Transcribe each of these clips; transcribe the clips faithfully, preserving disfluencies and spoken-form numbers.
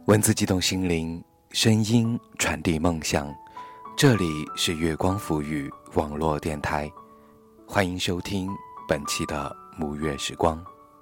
文字激动心灵，声音传递梦想。这里是月光浮语网络电台，欢迎收听本期的沐月时光。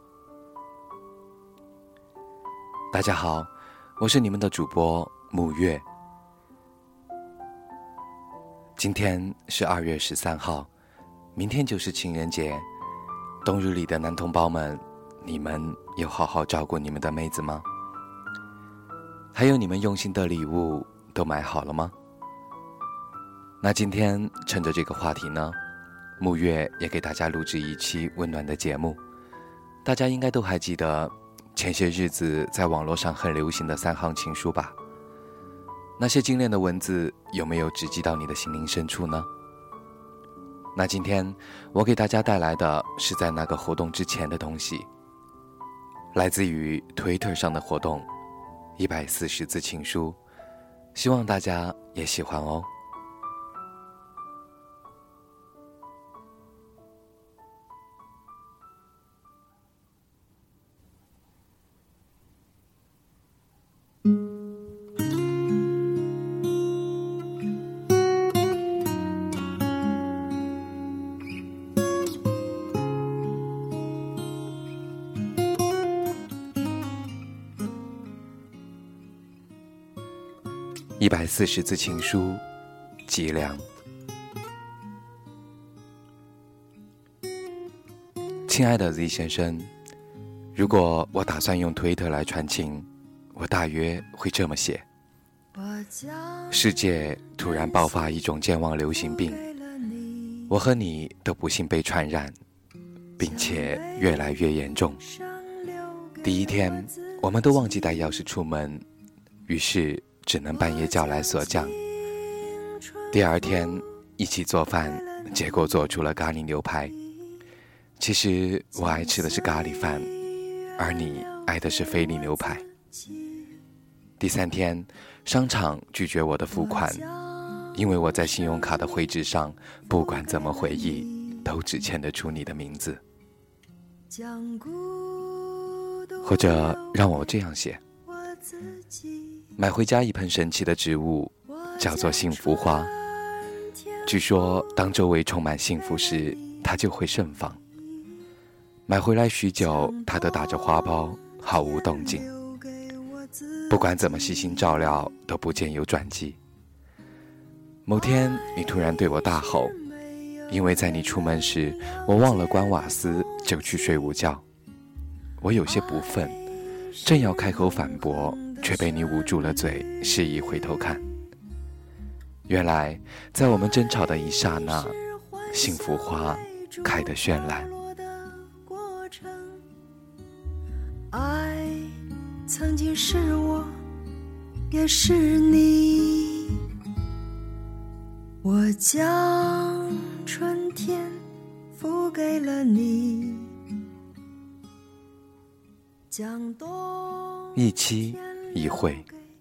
大家好，我是你们的主播沐月。今天是二月十三号，明天就是情人节。冬日里的男同胞们，你们有好好照顾你们的妹子吗？还有你们用心的礼物都买好了吗？那今天趁着这个话题呢，沐月也给大家录制一期温暖的节目。大家应该都还记得前些日子在网络上很流行的三行情书吧？那些精炼的文字有没有直击到你的心灵深处呢？那今天我给大家带来的是在那个活动之前的东西，来自于 Twitter 上的活动一百四十字情书，希望大家也喜欢哦。一百四十字情书，脊梁。亲爱的 Z 先生，如果我打算用推特来传情，我大约会这么写：世界突然爆发一种健忘流行病，我和你都不幸被传染，并且越来越严重。第一天，我们都忘记带钥匙出门，于是只能半夜叫来锁匠。第二天一起做饭，结果做出了咖喱牛排。其实我爱吃的是咖喱饭，而你爱的是菲力牛排。第三天，商场拒绝我的付款，因为我在信用卡的绘制上不管怎么回忆都只签得出你的名字。或者让我这样写：买回家一盆神奇的植物，叫做幸福花。据说当周围充满幸福时，它就会盛放。买回来许久，它都打着花苞，毫无动静。不管怎么细心照料，都不见有转机。某天你突然对我大吼，因为在你出门时我忘了关瓦斯，就去睡午觉。我有些不忿，正要开口反驳，却被你捂住了嘴，示意回头看。原来在我们争吵的一刹那，幸福花开得绚烂。 爱曾经是我，也是你，我将春天付给了你，将冬一期一会。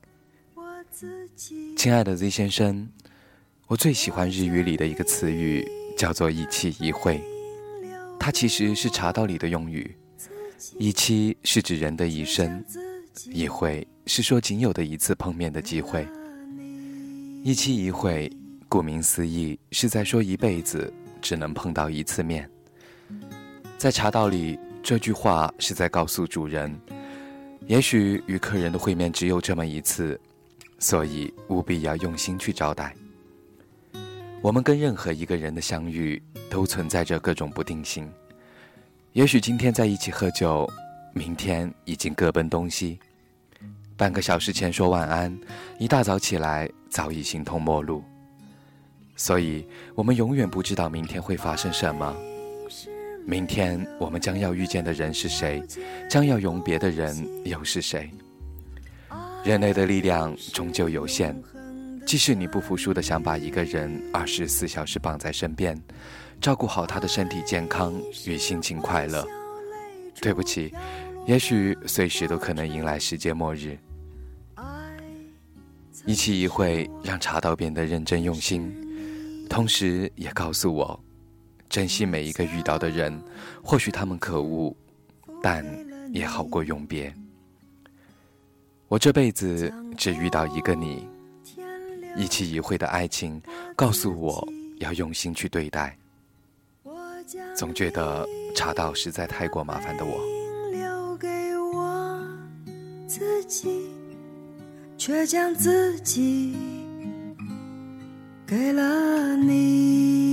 亲爱的 Z 先生，我最喜欢日语里的一个词语，叫做一期一会。它其实是茶道里的用语。一期是指人的一生，一会是说仅有的一次碰面的机会。一期一会，顾名思义，是在说一辈子只能碰到一次面。在茶道里，这句话是在告诉主人，也许与客人的会面只有这么一次，所以务必要用心去招待。我们跟任何一个人的相遇都存在着各种不定性，也许今天在一起喝酒，明天已经各奔东西。半个小时前说晚安，一大早起来早已形同陌路。所以我们永远不知道明天会发生什么，明天我们将要遇见的人是谁，将要永别的人又是谁。人类的力量终究有限，即使你不服输地想把一个人二十四小时绑在身边，照顾好他的身体健康与心情快乐，对不起，也许随时都可能迎来世界末日。一期一会让茶道变得认真用心，同时也告诉我，珍惜每一个遇到的人，或许他们可恶，但也好过永别。 我这辈子只遇到一个你，一期一会的爱情告诉我要用心去对待，总觉得查到实在太过麻烦的我， 留给我自己，却将自己给了你。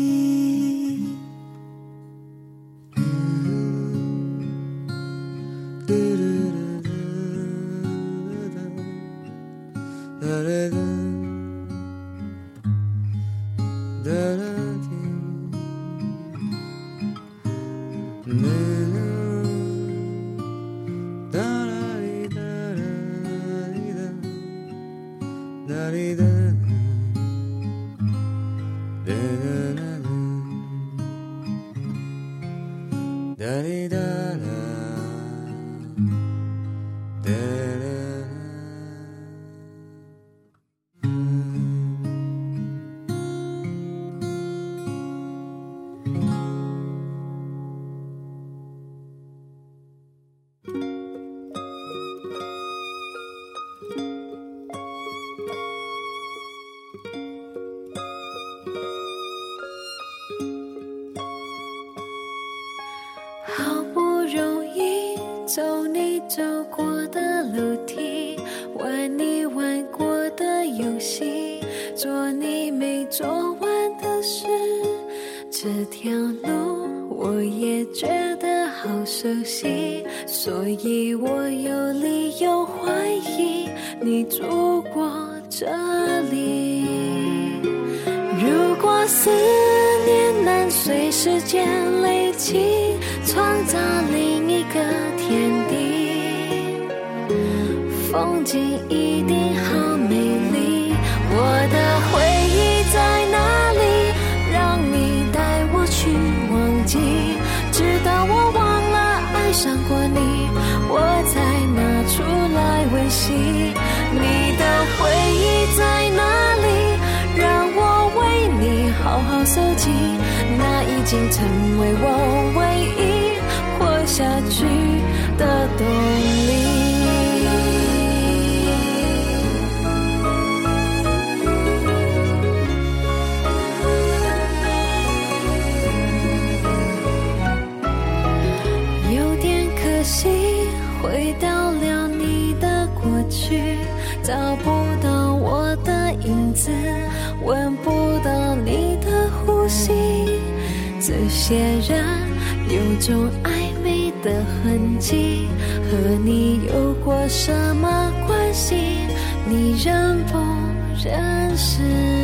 好不容易走你走过的楼梯，玩你玩过的游戏，做你没做完的事，这条路我也觉得好熟悉，所以我有理由怀疑你住过这里。如果思念能随时间累积，创造另一个天地，风景一定好美丽。我的回忆在哪里？让你带我去忘记，直到我忘了爱上过你，我才拿出来温习。你的回忆在哪里？让我为你好好收集，那已经成为我唯一活下去的动力。有点可惜，回到了你的过去，找不到我的影子，闻不到你的呼吸，这些人有种暧昧的痕迹，和你有过什么关系？你认不认识？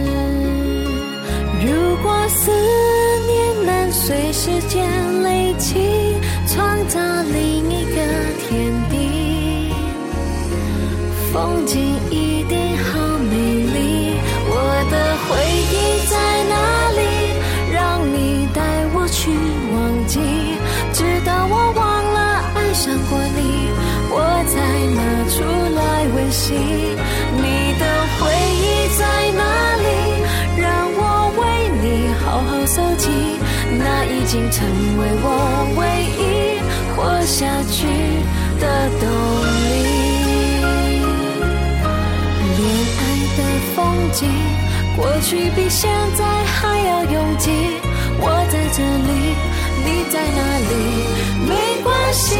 如果思念能随时间累积，创造另一个天地，风景一定好美丽。我的回忆在哪里？让你带我去忘记，直到我忘了爱上过你，我才拿出来温习。你的回忆在哪里？让我为你好好收集，那已经成为我唯一活下去的动力。恋爱的风景，过去比现在还要拥挤，我在这里，你在哪里？没关系，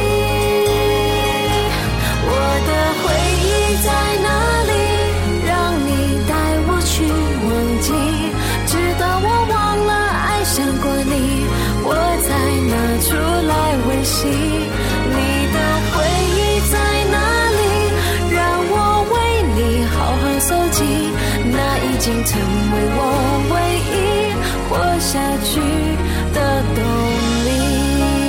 我的回忆在哪里？让你带我去忘记，直到我忘了爱上过你，我才拿出来温习。你的回忆在哪里？让我为你好好收集，那已经成为我唯一活下去的动力。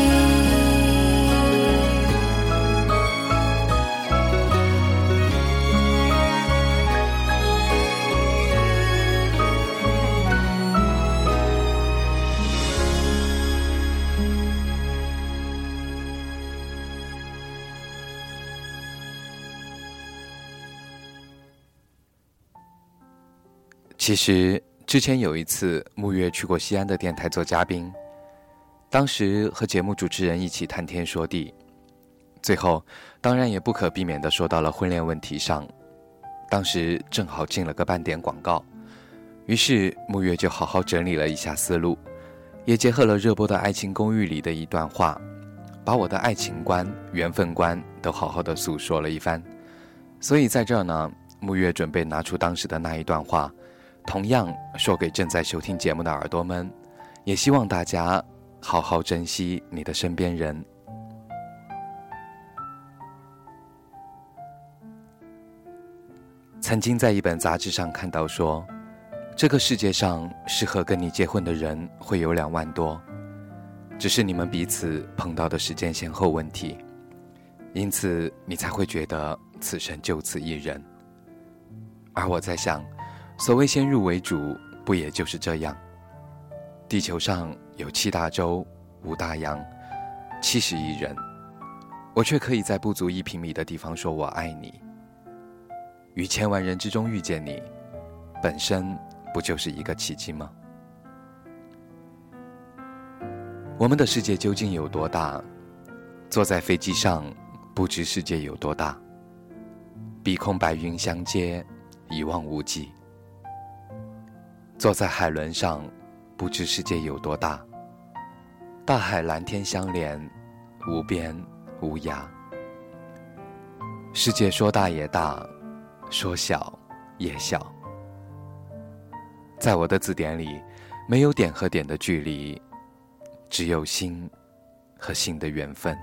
其实之前有一次沐月去过西安的电台做嘉宾，当时和节目主持人一起谈天说地， 最后当然也不可避免地说到了婚恋问题上，当时正好进了个半点广告，于是沐月就好好整理了一下思路，也结合了热播的《爱情公寓》里的一段话，把我的爱情观、缘分观都好好的诉说了一番。所以在这儿呢，沐月准备拿出当时的那一段话，同样说给正在收听节目的耳朵们，也希望大家好好珍惜你的身边人。曾经在一本杂志上看到说，这个世界上适合跟你结婚的人会有两万多，只是你们彼此碰到的时间先后问题，因此你才会觉得此生就此一人。而我在想，所谓先入为主，不也就是这样？地球上有七大洲、五大洋、七十亿人，我却可以在不足一平米的地方说我爱你。于千万人之中遇见你，本身不就是一个奇迹吗？我们的世界究竟有多大？坐在飞机上，不知世界有多大。碧空白云相接，一望无际。坐在海轮上，不知世界有多大。大海蓝天相连，无边无涯。世界说大也大，说小也小。在我的字典里，没有点和点的距离，只有心和心的缘分。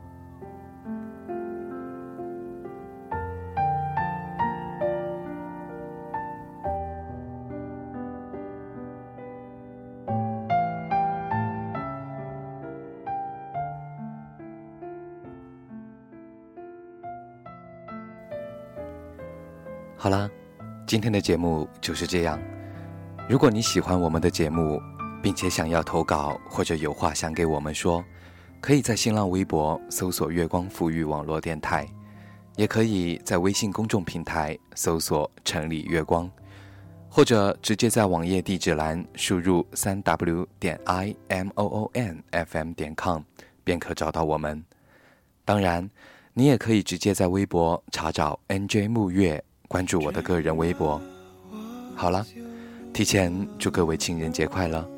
好啦，今天的节目就是这样。如果你喜欢我们的节目，并且想要投稿或者有话想给我们说，可以在新浪微博搜索月光抚育网络电台，也可以在微信公众平台搜索城里月光，或者直接在网页地址栏输入 三 w 点 i m o o n f m 点 com 便可找到我们。当然你也可以直接在微博查找 N J 沐月，关注我的个人微博。好了，提前祝各位情人节快乐。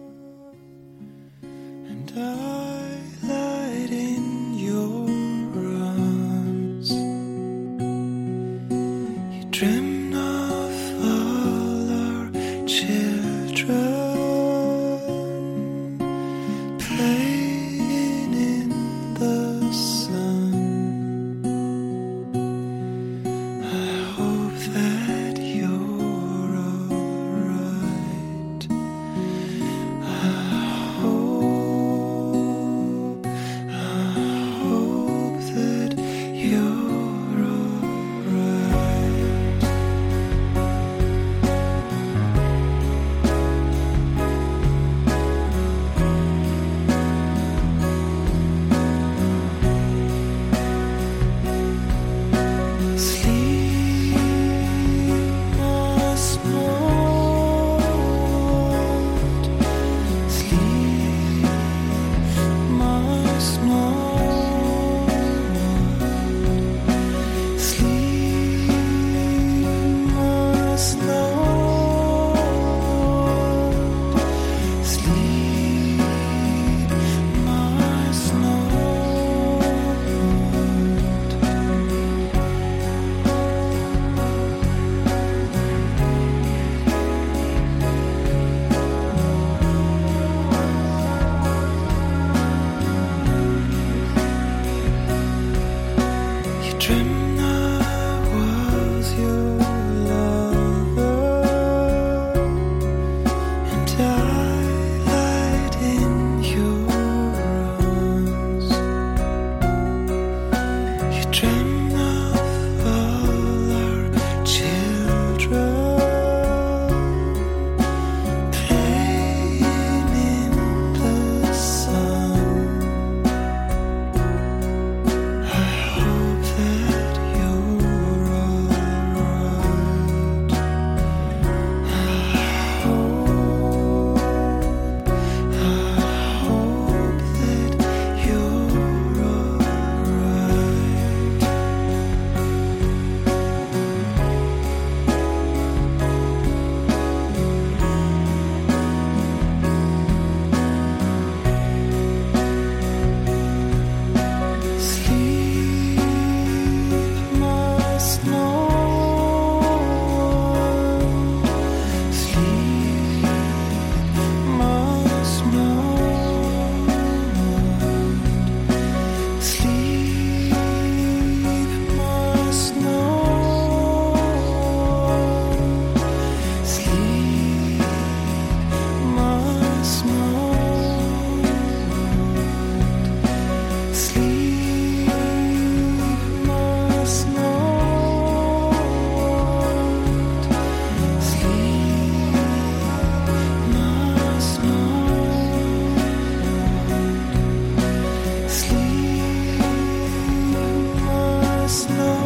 snow.